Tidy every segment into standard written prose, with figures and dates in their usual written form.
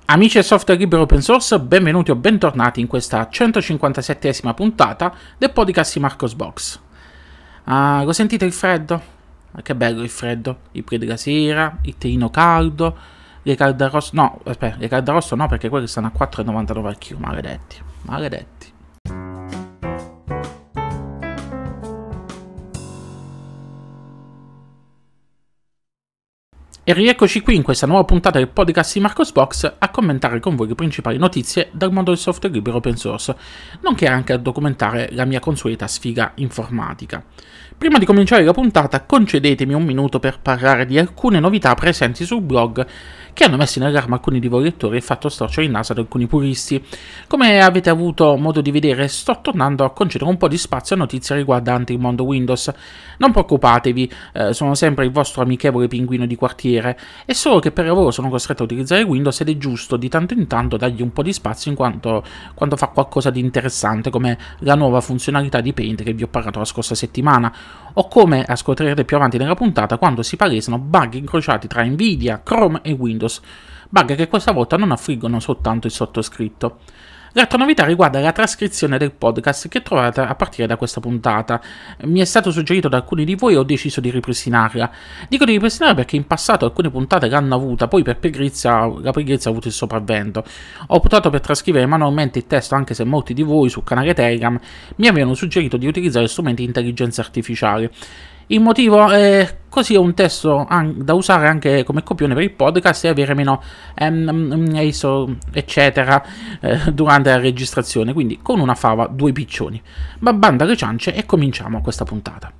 Amici del software libero open source, benvenuti o bentornati in questa 157esima puntata del podcast di Marcosbox. Lo sentite il freddo? Che bello il freddo, il pre della sera, il teino caldo, le caldarosso, no, aspetta, le caldarosso no perché quelle stanno a 4,99 al chilo, maledetti. E rieccoci qui in questa nuova puntata del podcast di Marcosbox a commentare con voi le principali notizie dal mondo del software libero open source, nonché anche a documentare la mia consueta sfiga informatica. Prima di cominciare la puntata, concedetemi un minuto per parlare di alcune novità presenti sul blog che hanno messo in allarme alcuni di voi lettori e fatto storcere il naso ad alcuni puristi. Come avete avuto modo di vedere, sto tornando a concedere un po' di spazio a notizie riguardanti il mondo Windows. Non preoccupatevi, sono sempre il vostro amichevole pinguino di quartiere, è solo che per lavoro sono costretto a utilizzare Windows ed è giusto di tanto in tanto dargli un po' di spazio in quanto quando fa qualcosa di interessante come la nuova funzionalità di Paint che vi ho parlato la scorsa settimana, o come ascolterete più avanti nella puntata quando si palesano bug incrociati tra Nvidia, Chrome e Windows, bug che questa volta non affliggono soltanto il sottoscritto. L'altra novità riguarda la trascrizione del podcast che trovate a partire da questa puntata. Mi è stato suggerito da alcuni di voi e ho deciso di ripristinarla. Dico di ripristinarla perché in passato alcune puntate l'hanno avuta, poi per la pigrizia ha avuto il sopravvento. Ho optato per trascrivere manualmente il testo anche se molti di voi sul canale Telegram mi avevano suggerito di utilizzare strumenti di intelligenza artificiale. Il motivo è così è un testo da usare anche come copione per il podcast e avere meno ISO eccetera durante la registrazione, quindi con una fava due piccioni. Ma banda alle ciance e cominciamo questa puntata.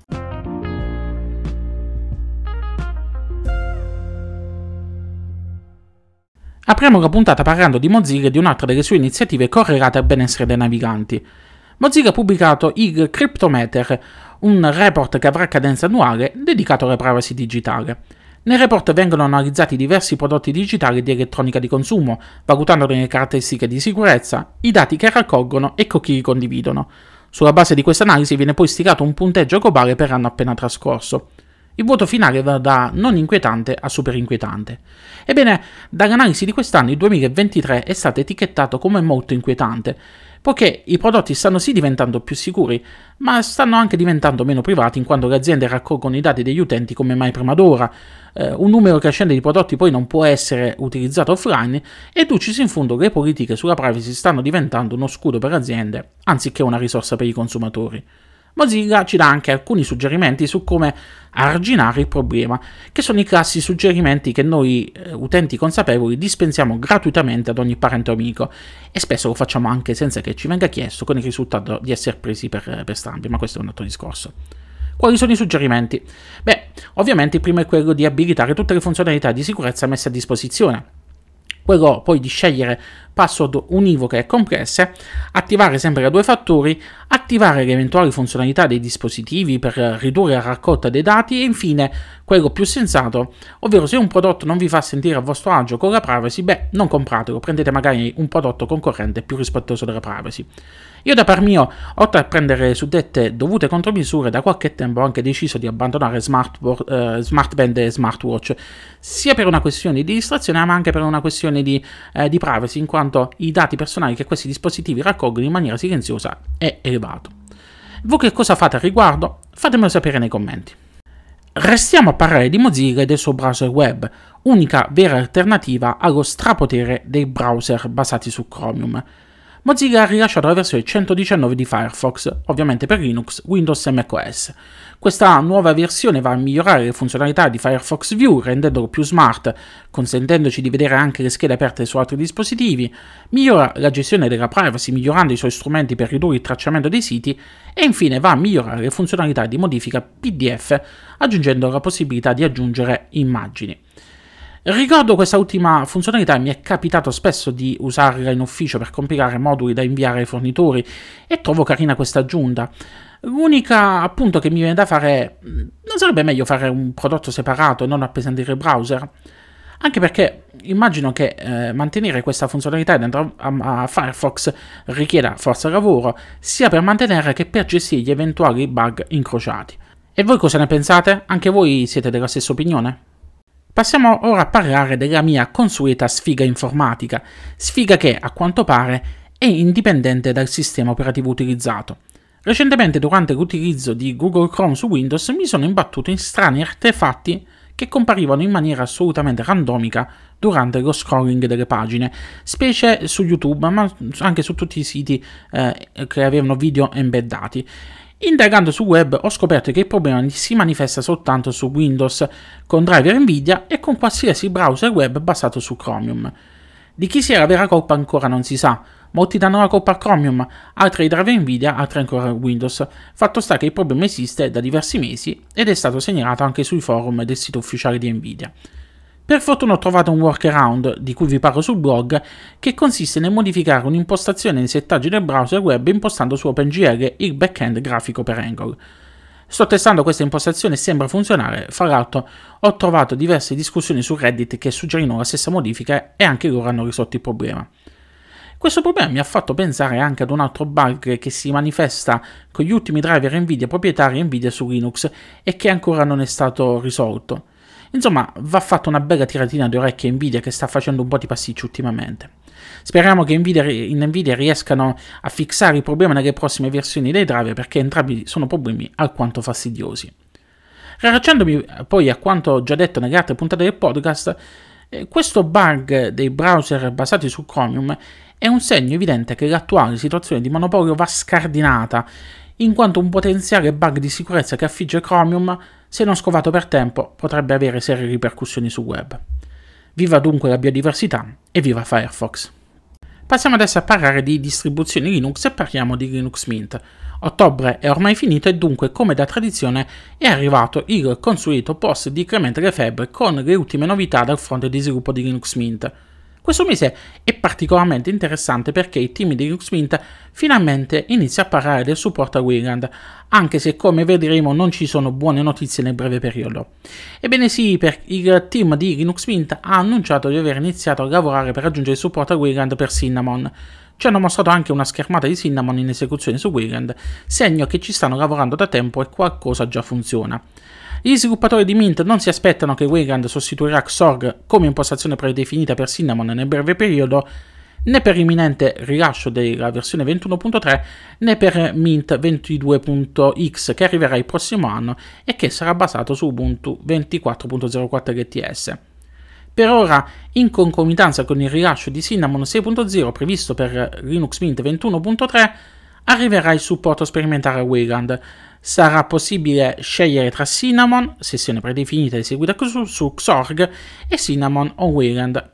Apriamo la puntata parlando di Mozilla e di un'altra delle sue iniziative correlate al benessere dei naviganti. Mozilla ha pubblicato il Cryptometer, un report che avrà cadenza annuale dedicato alla privacy digitale. Nel report vengono analizzati diversi prodotti digitali di elettronica di consumo, valutandone le caratteristiche di sicurezza, i dati che raccolgono e con chi li condividono. Sulla base di questa analisi viene poi stilato un punteggio globale per l'anno appena trascorso. Il voto finale va da non inquietante a super inquietante. Ebbene, dall'analisi di quest'anno il 2023 è stato etichettato come molto inquietante, poiché i prodotti stanno sì diventando più sicuri, ma stanno anche diventando meno privati in quanto le aziende raccolgono i dati degli utenti come mai prima d'ora, un numero crescente di prodotti poi non può essere utilizzato offline e ducisi in fondo le politiche sulla privacy stanno diventando uno scudo per aziende anziché una risorsa per i consumatori. Mozilla ci dà anche alcuni suggerimenti su come arginare il problema, che sono i classici suggerimenti che noi utenti consapevoli dispensiamo gratuitamente ad ogni parente o amico e spesso lo facciamo anche senza che ci venga chiesto, con il risultato di essere presi per strambi, ma questo è un altro discorso. Quali sono i suggerimenti? Beh, ovviamente il primo è quello di abilitare tutte le funzionalità di sicurezza messe a disposizione. Quello poi di scegliere password univoche e complesse, attivare sempre i due fattori, attivare le eventuali funzionalità dei dispositivi per ridurre la raccolta dei dati e infine quello più sensato, ovvero se un prodotto non vi fa sentire a vostro agio con la privacy, beh, non compratelo, prendete magari un prodotto concorrente più rispettoso della privacy. Io da par mio, oltre a prendere suddette dovute contromisure, da qualche tempo ho anche deciso di abbandonare smartband e smartwatch, sia per una questione di distrazione ma anche per una questione di privacy, in quanto i dati personali che questi dispositivi raccolgono in maniera silenziosa è elevato. Voi che cosa fate al riguardo? Fatemelo sapere nei commenti. Restiamo a parlare di Mozilla e del suo browser web, unica vera alternativa allo strapotere dei browser basati su Chromium. Mozilla ha rilasciato la versione 119 di Firefox, ovviamente per Linux, Windows e macOS. Questa nuova versione va a migliorare le funzionalità di Firefox View, rendendolo più smart, consentendoci di vedere anche le schede aperte su altri dispositivi, migliora la gestione della privacy migliorando i suoi strumenti per ridurre il tracciamento dei siti e infine va a migliorare le funzionalità di modifica PDF, aggiungendo la possibilità di aggiungere immagini. Ricordo questa ultima funzionalità, mi è capitato spesso di usarla in ufficio per compilare moduli da inviare ai fornitori e trovo carina questa aggiunta. L'unica appunto che mi viene da fare è: non sarebbe meglio fare un prodotto separato e non appesantire il browser? Anche perché immagino che mantenere questa funzionalità dentro a Firefox richieda forza lavoro, sia per mantenerla che per gestire gli eventuali bug incrociati. E voi cosa ne pensate? Anche voi siete della stessa opinione? Passiamo ora a parlare della mia consueta sfiga informatica, sfiga che, a quanto pare, è indipendente dal sistema operativo utilizzato. Recentemente, durante l'utilizzo di Google Chrome su Windows, mi sono imbattuto in strani artefatti che comparivano in maniera assolutamente randomica durante lo scrolling delle pagine, specie su YouTube, ma anche su tutti i siti che avevano video embeddati. Indagando sul web ho scoperto che il problema si manifesta soltanto su Windows con driver Nvidia e con qualsiasi browser web basato su Chromium. Di chi sia la vera colpa ancora non si sa, molti danno la colpa a Chromium, altri ai driver Nvidia, altri ancora a Windows. Fatto sta che il problema esiste da diversi mesi ed è stato segnalato anche sui forum del sito ufficiale di Nvidia. Per fortuna ho trovato un workaround, di cui vi parlo sul blog, che consiste nel modificare un'impostazione nei settaggi del browser web impostando su OpenGL il backend grafico per Angle. Sto testando questa impostazione e sembra funzionare, fra l'altro ho trovato diverse discussioni su Reddit che suggerivano la stessa modifica e anche loro hanno risolto il problema. Questo problema mi ha fatto pensare anche ad un altro bug che si manifesta con gli ultimi driver Nvidia proprietari Nvidia su Linux e che ancora non è stato risolto. Insomma, va fatta una bella tiratina di orecchie a Nvidia che sta facendo un po' di pasticci ultimamente. Speriamo che in Nvidia riescano a fissare il problema nelle prossime versioni dei driver perché entrambi sono problemi alquanto fastidiosi. Rilacciandomi poi a quanto ho già detto nelle altre puntate del podcast, questo bug dei browser basati su Chromium è un segno evidente che l'attuale situazione di monopolio va scardinata, in quanto un potenziale bug di sicurezza che affligge Chromium, se non scovato per tempo, potrebbe avere serie ripercussioni sul web. Viva dunque la biodiversità e viva Firefox! Passiamo adesso a parlare di distribuzioni Linux e parliamo di Linux Mint. Ottobre è ormai finito e dunque, come da tradizione, è arrivato il consueto post di Clemente Lefebvre con le ultime novità dal fronte di sviluppo di Linux Mint. Questo mese è particolarmente interessante perché il team di Linux Mint finalmente inizia a parlare del supporto a Wayland, anche se come vedremo non ci sono buone notizie nel breve periodo. Ebbene sì, il team di Linux Mint ha annunciato di aver iniziato a lavorare per raggiungere il supporto a Wayland per Cinnamon. Ci hanno mostrato anche una schermata di Cinnamon in esecuzione su Wayland, segno che ci stanno lavorando da tempo e qualcosa già funziona. Gli sviluppatori di Mint non si aspettano che Wayland sostituirà Xorg come impostazione predefinita per Cinnamon nel breve periodo, né per l'imminente rilascio della versione 21.3 né per Mint 22.x che arriverà il prossimo anno e che sarà basato su Ubuntu 24.04 LTS. Per ora, in concomitanza con il rilascio di Cinnamon 6.0 previsto per Linux Mint 21.3, arriverà il supporto sperimentale a Wayland. Sarà possibile scegliere tra Cinnamon, sessione predefinita eseguita su Xorg, e Cinnamon on Wayland,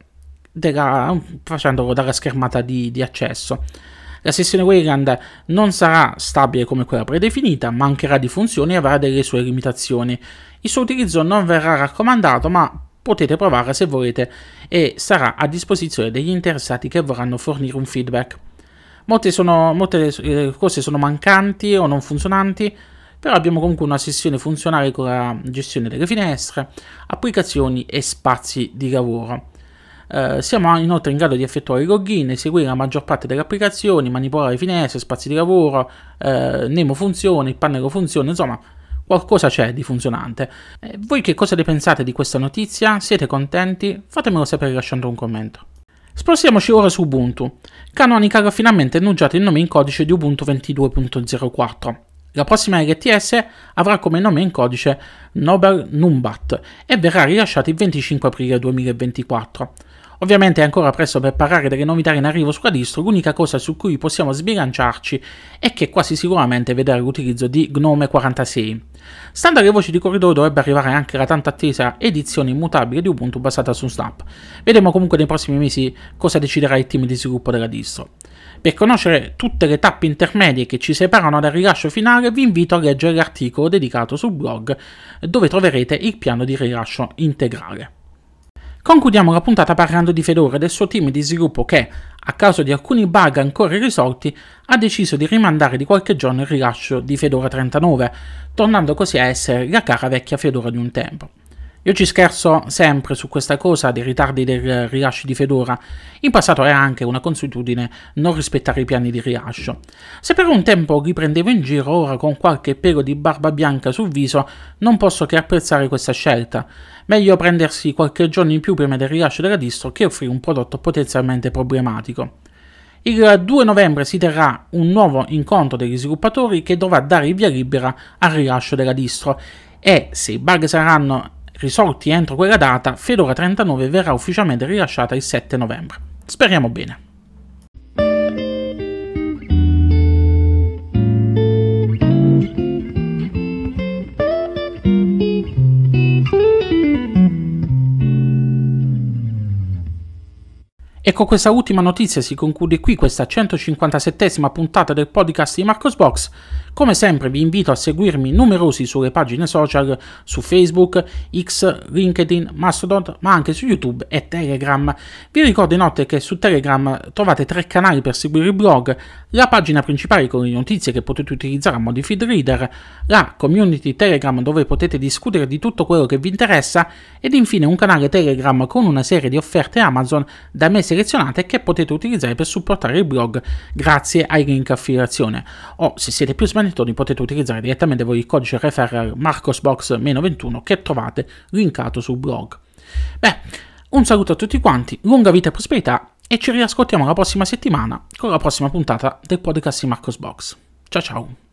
facendolo dalla schermata di accesso. La sessione Wayland non sarà stabile come quella predefinita, mancherà di funzioni e avrà delle sue limitazioni. Il suo utilizzo non verrà raccomandato, ma potete provarla se volete e sarà a disposizione degli interessati che vorranno fornire un feedback. Molte cose sono mancanti o non funzionanti, però abbiamo comunque una sessione funzionale con la gestione delle finestre, applicazioni e spazi di lavoro. Siamo inoltre in grado di effettuare il login, eseguire la maggior parte delle applicazioni, manipolare finestre, spazi di lavoro, Nemo funziona, il pannello funziona, insomma qualcosa c'è di funzionante. Voi che cosa ne pensate di questa notizia? Siete contenti? Fatemelo sapere lasciando un commento. Spostiamoci ora su Ubuntu. Canonical ha finalmente annunciato il nome in codice di Ubuntu 22.04. La prossima LTS avrà come nome in codice Nobel Numbat e verrà rilasciata il 25 aprile 2024. Ovviamente è ancora presto per parlare delle novità in arrivo sulla distro, l'unica cosa su cui possiamo sbilanciarci è che quasi sicuramente vedrà l'utilizzo di Gnome 46. Stando alle voci di corridoio dovrebbe arrivare anche la tanto attesa edizione immutabile di Ubuntu basata su Snap. Vedremo comunque nei prossimi mesi cosa deciderà il team di sviluppo della distro. Per conoscere tutte le tappe intermedie che ci separano dal rilascio finale vi invito a leggere l'articolo dedicato sul blog dove troverete il piano di rilascio integrale. Concludiamo la puntata parlando di Fedora e del suo team di sviluppo che, a causa di alcuni bug ancora irrisolti, ha deciso di rimandare di qualche giorno il rilascio di Fedora 39, tornando così a essere la cara vecchia Fedora di un tempo. Io ci scherzo sempre su questa cosa dei ritardi del rilascio di Fedora. In passato era anche una consuetudine non rispettare i piani di rilascio. Se per un tempo riprendevo in giro, ora con qualche pelo di barba bianca sul viso, non posso che apprezzare questa scelta. Meglio prendersi qualche giorno in più prima del rilascio della distro che offrire un prodotto potenzialmente problematico. Il 2 novembre si terrà un nuovo incontro degli sviluppatori che dovrà dare il via libera al rilascio della distro e, se i bug saranno risolti entro quella data, Fedora 39 verrà ufficialmente rilasciata il 7 novembre. Speriamo bene. E con questa ultima notizia si conclude qui questa 157esima puntata del podcast di Marcosbox. Come sempre vi invito a seguirmi numerosi sulle pagine social su Facebook, X, LinkedIn, Mastodon, ma anche su YouTube e Telegram. Vi ricordo inoltre che su Telegram trovate 3 canali per seguire il blog, la pagina principale con le notizie che potete utilizzare a mo' di feed reader, la community Telegram dove potete discutere di tutto quello che vi interessa ed infine un canale Telegram con una serie di offerte Amazon da me selezionate che potete utilizzare per supportare il blog grazie ai link affiliazione. O se siete più smanettoni potete utilizzare direttamente voi il codice referral marcosbox-21 che trovate linkato sul blog. Beh, un saluto a tutti quanti, lunga vita e prosperità e ci riascoltiamo la prossima settimana con la prossima puntata del podcast di Marcosbox. Ciao ciao!